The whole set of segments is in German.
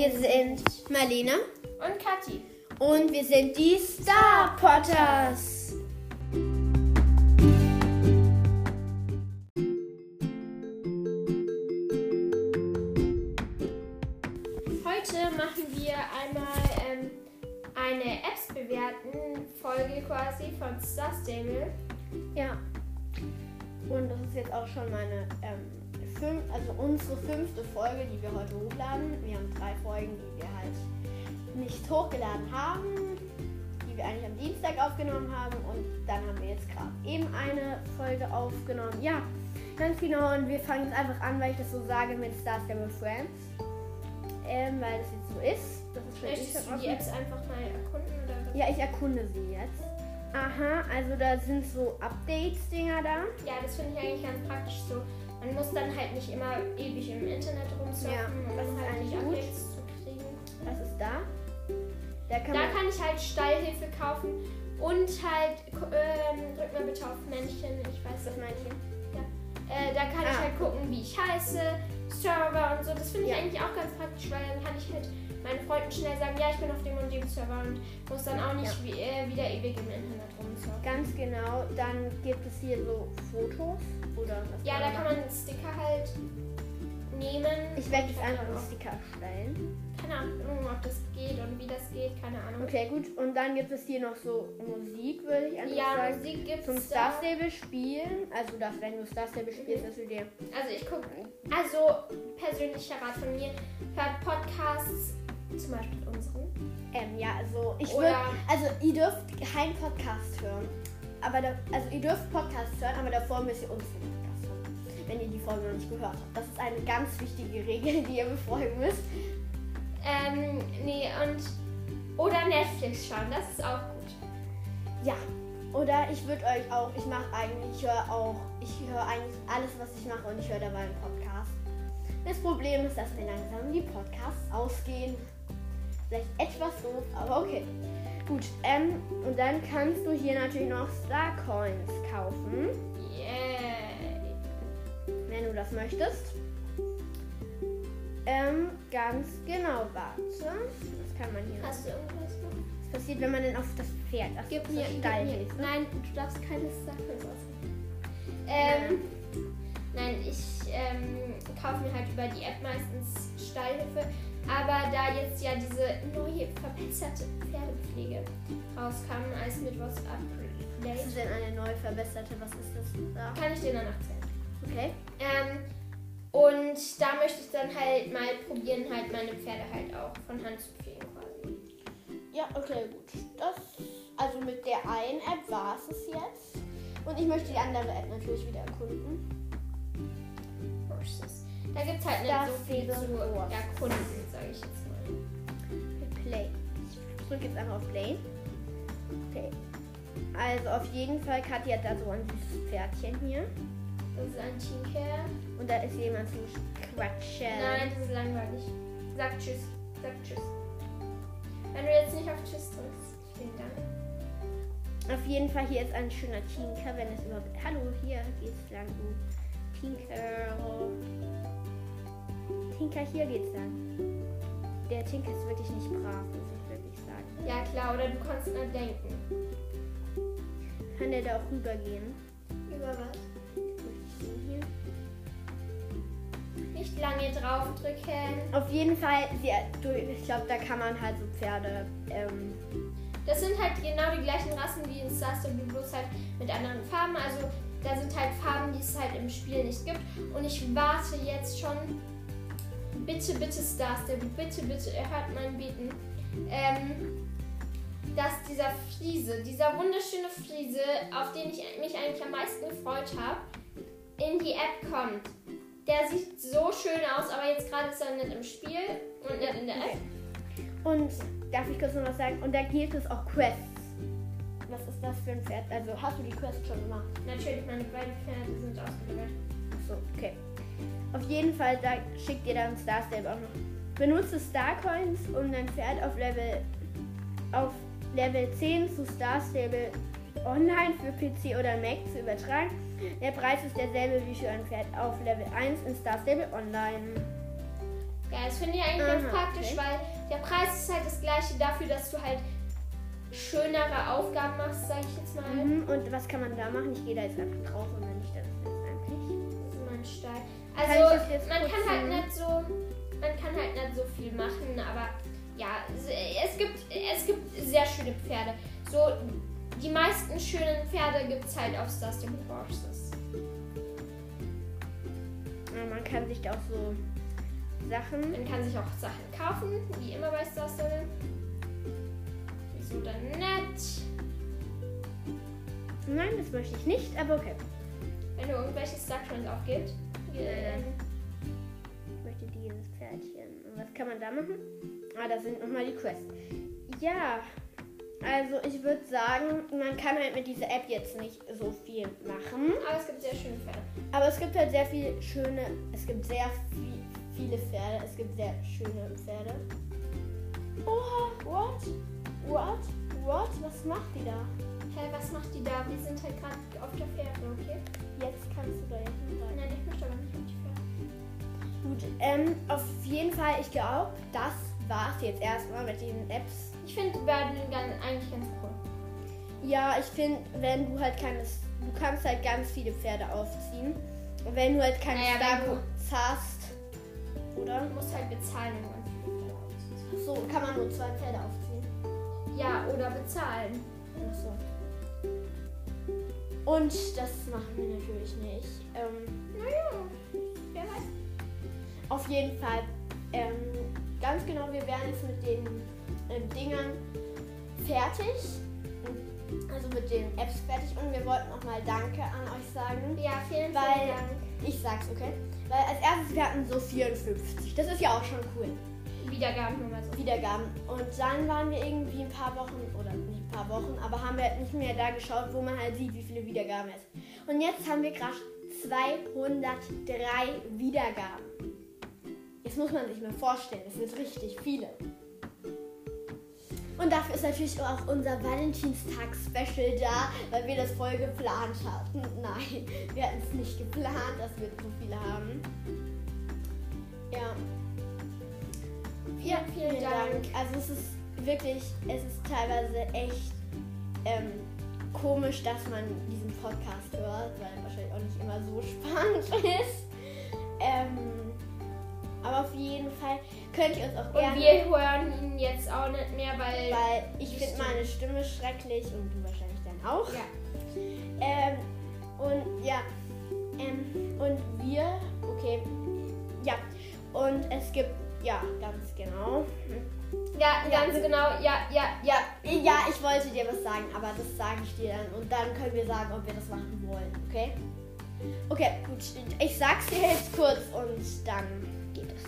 Wir sind Marlene und Kathi. Und wir sind die Star Potters. Heute machen wir einmal eine Apps bewerten Folge quasi von Star Stable. Ja. Und das ist jetzt auch schon meine unsere 5. Folge, die wir heute hochladen. Wir haben 3 Folgen, die wir halt nicht hochgeladen haben, die wir eigentlich am Dienstag aufgenommen haben. Und dann haben wir jetzt gerade eben eine Folge aufgenommen. Ja, ganz genau. Und wir fangen jetzt einfach an, weil ich das so sage, mit Star Stable Friends. Weil das jetzt so ist. Das ist Möchtest du die Apps einfach mal erkunden? Oder? Ja, ich erkunde sie jetzt. Aha, also da sind so Updates-Dinger da. Ja, das finde ich eigentlich ganz praktisch so. Man muss dann halt nicht immer ewig im Internet rumsurfen, Ja, das um ist halt eigentlich nicht gut. Updates zu kriegen. Was ist da? Da kann ich halt Stallhilfe kaufen und halt, drück mal bitte auf Männchen, ich weiß das Männchen. Ja. Da kann ich halt gucken, wie ich heiße, Server und so. Das finde ich eigentlich auch ganz praktisch, weil dann kann ich halt meinen Freunden schnell sagen, ja, ich bin auf dem und dem Server und muss dann auch nicht wieder ewig im Internet rumsurfen. Ganz genau. Dann gibt es hier so Fotos oder was? Ja, da kann man einen Sticker halt nehmen. Ich werde jetzt einfach einen Sticker erstellen. Keine Ahnung, ob das geht und wie das geht, keine Ahnung. Okay, gut. Und dann gibt es hier noch so Musik, würde ich einfach sagen. Ja, Musik gibt es zum Star Stable spielen. Also, wenn du Star Stable spielst, dass du dir... Also persönlicher Rat von mir, hört Podcasts, zum Beispiel unseren. Ja, also ihr dürft keinen Podcast hören. Ihr dürft Podcasts hören, aber davor müsst ihr uns den Podcast hören, wenn ihr die Folge noch nicht gehört habt. Das ist eine ganz wichtige Regel, die ihr befolgen müsst. Oder Netflix schauen, das ist auch gut. Ja, oder ich höre eigentlich alles, was ich mache und ich höre dabei einen Podcast. Das Problem ist, dass mir langsam die Podcasts ausgehen. Vielleicht etwas doof, aber okay. Gut, und dann kannst du hier natürlich noch Star Coins kaufen. Yay. Wenn du das möchtest. Ganz genau, warte. Was kann man hier? Hast du irgendwas noch? Was passiert, wenn man denn auf das Pferd, Gib mir. Nein, du darfst keine Sachen auswählen. Nein, ich kaufe mir halt über die App meistens Stallhilfe. Aber da jetzt ja diese neue verbesserte Pferdepflege rauskam als Mittwochs Update. Was ist denn eine neu verbesserte? Was ist das da? Kann ich dir dann erzählen. Okay. Und da möchte ich dann halt mal probieren, halt meine Pferde halt auch von Hand zu pflegen quasi. Ja, okay, gut. Also mit der einen App war es jetzt. Und ich möchte die andere App natürlich wieder erkunden. Horses. Da gibt es halt nicht so viel zu erkunden, sage ich jetzt mal. Play. Ich drücke jetzt einfach auf Play. Okay. Also auf jeden Fall, Kathi hat da so ein süßes Pferdchen hier. Das ist ein Tinker. Und da ist jemand zum Quatschen. Nein, das ist langweilig. Sag Tschüss. Sag Tschüss. Wenn du jetzt nicht auf Tschüss drückst. Vielen Dank. Auf jeden Fall, hier ist ein schöner Tinker, wenn es überhaupt... Hallo, hier geht's lang, du Tinker. Tinker, hier geht's lang. Der Tinker ist wirklich nicht brav, muss ich wirklich sagen. Ja klar, oder du kannst nur denken. Kann der da auch rübergehen? Über was? Hier. Nicht lange draufdrücken. Auf jeden Fall, ich glaube, da kann man halt so Pferde... Das sind halt genau die gleichen Rassen wie in Star Stable, bloß halt mit anderen Farben. Also da sind halt Farben, die es halt im Spiel nicht gibt. Und ich warte jetzt schon... Bitte, bitte Star Stable, bitte, bitte, ihr hört mein Beten. Dass dieser wunderschöne Friese, auf den ich mich eigentlich am meisten gefreut habe, in die App kommt. Der sieht so schön aus, aber jetzt gerade ist er nicht im Spiel und nicht in der App. Und darf ich kurz noch was sagen? Und da gibt es auch Quests. Was ist das für ein Pferd? Also hast du die Quest schon gemacht? Natürlich, meine beiden Pferde sind ausgelevelt. Achso, okay. Auf jeden Fall, da schickt ihr dann Star Stable auch noch. Benutze Star Coins, um dein Pferd auf Level 10 zu Star Stable online für PC oder Mac zu übertragen. Der Preis ist derselbe wie für ein Pferd auf Level 1 in Star Stable Online. Ja, das finde ich eigentlich ganz praktisch, okay. weil der Preis ist halt das gleiche dafür, dass du halt schönere Aufgaben machst, sag ich jetzt mal. Und was kann man da machen? Ich gehe da jetzt einfach drauf und wenn nicht, dann ist das eigentlich. Das ist mein Stall. Kann Also ich das jetzt man kann halt putzen? nicht so viel machen, aber ja, es gibt sehr schöne Pferde. So, die meisten schönen Pferde gibt es halt auf Star Stable Horses. Ja, man kann sich da auch so Sachen. Man kann sich auch Sachen kaufen, wie immer bei Star Stable. Wieso dann nett? Nein, das möchte ich nicht, aber okay. Wenn du irgendwelche Star Coins aufgibst. Ich möchte dieses Pferdchen. Und was kann man da machen? Das sind nochmal die Quests. Ja, also ich würde sagen, man kann halt mit dieser App jetzt nicht so viel machen. Aber es gibt sehr schöne Pferde. Aber es gibt halt sehr viele schöne, viele Pferde. Es gibt sehr schöne Pferde. Oh, what? Was macht die da? Hä, was macht die da? Wir sind halt gerade auf der Fähre, okay? Jetzt kannst du da hinten rein. Nein, ich möchte aber nicht auf die Fähre. Gut, auf jeden Fall, ich glaube, das war's jetzt erstmal mit den Apps. Ich finde Baden eigentlich ganz cool. Ja, ich finde, wenn du halt du kannst halt ganz viele Pferde aufziehen. Und wenn du halt keine Starcoins hast, oder? Du musst halt bezahlen, wenn man viele Pferde aufzieht. So, kann man nur 2 Pferde aufziehen. Ja, oder bezahlen. Ach so. Und das machen wir natürlich nicht. Naja, wer weiß. Auf jeden Fall, ganz genau, wir werden jetzt mit den Dingern fertig. Also mit den Apps fertig. Und wir wollten nochmal Danke an euch sagen. Ja, vielen Weil, Dank. ich sag's, okay? Weil als erstes, wir hatten so 54. Das ist ja auch schon cool. Wiedergaben nur mal so. Wiedergaben. Und dann waren wir irgendwie ein paar Wochen, oder nicht ein paar Wochen, aber haben wir halt nicht mehr da geschaut, wo man halt sieht, wie viele Wiedergaben es ist. Und jetzt haben wir gerade 203 Wiedergaben. Jetzt muss man sich mal vorstellen, das sind richtig viele. Und dafür ist natürlich auch unser Valentinstag-Special da, weil wir das voll geplant hatten. Nein, wir hatten es nicht geplant, dass wir so viele haben. Ja. Vielen Dank. Also es ist teilweise echt komisch, dass man diesen Podcast hört, weil er wahrscheinlich auch nicht immer so spannend ist. Aber auf jeden Fall könnt ihr uns auch gerne... Und wir hören ihn jetzt auch nicht mehr, weil ich finde meine Stimme schrecklich und du wahrscheinlich dann auch. Ja. Und wir, okay, ja, und es gibt, ja, ganz genau. Ja, ganz genau, ja. Ja, ich wollte dir was sagen, aber das sage ich dir dann und dann können wir sagen, ob wir das machen wollen, okay? Okay, gut, ich sag's dir jetzt kurz und dann geht es.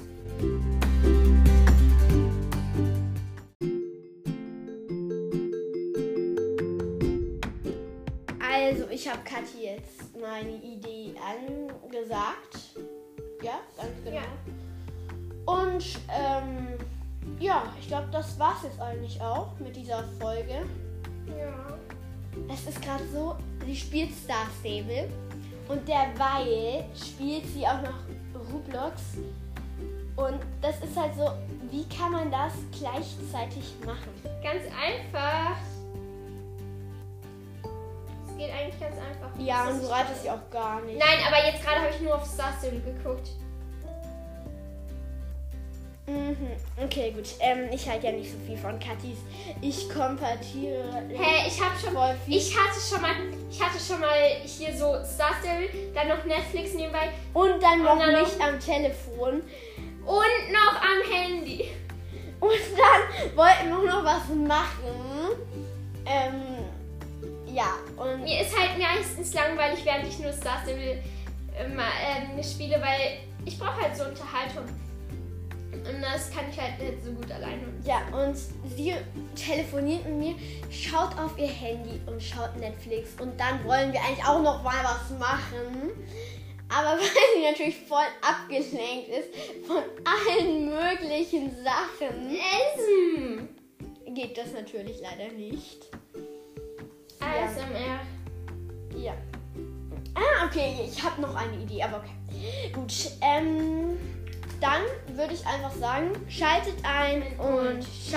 Also, ich habe Kathi jetzt meine Idee angesagt. Ja, ganz genau. Ja. Und ja, ich glaube, das war's jetzt eigentlich auch mit dieser Folge. Ja. Es ist gerade so, sie spielt Star Stable und derweil spielt sie auch noch Roblox. Und das ist halt so, wie kann man das gleichzeitig machen? Ganz einfach. Es geht eigentlich ganz einfach. Ja, Das und ist du ratest sie auch gar nicht. Nein, aber jetzt gerade habe ich nur auf Star Stable geguckt. Okay, gut. Ich halte ja nicht so viel von Kathis. Ich kompatiere. Hä, ich hatte schon mal hier so Star Stable, dann noch Netflix nebenbei Und dann noch dann nicht am Telefon. und noch am Handy. Und dann wollten wir noch was machen. Ja, und Mir ist halt meistens langweilig, während ich nur Star Stable spiele, weil ich brauche halt so Unterhaltung. Und das kann ich halt nicht so gut alleine. ja, und sie telefoniert mit mir, schaut auf ihr Handy und schaut Netflix. Und dann wollen wir eigentlich auch noch mal was machen. Aber weil sie natürlich voll abgelenkt ist von allen möglichen Sachen, Essen! geht das natürlich leider nicht. ASMR. Ja. Okay, ich habe noch eine Idee, aber okay. Gut, dann würde ich einfach sagen, schaltet ein und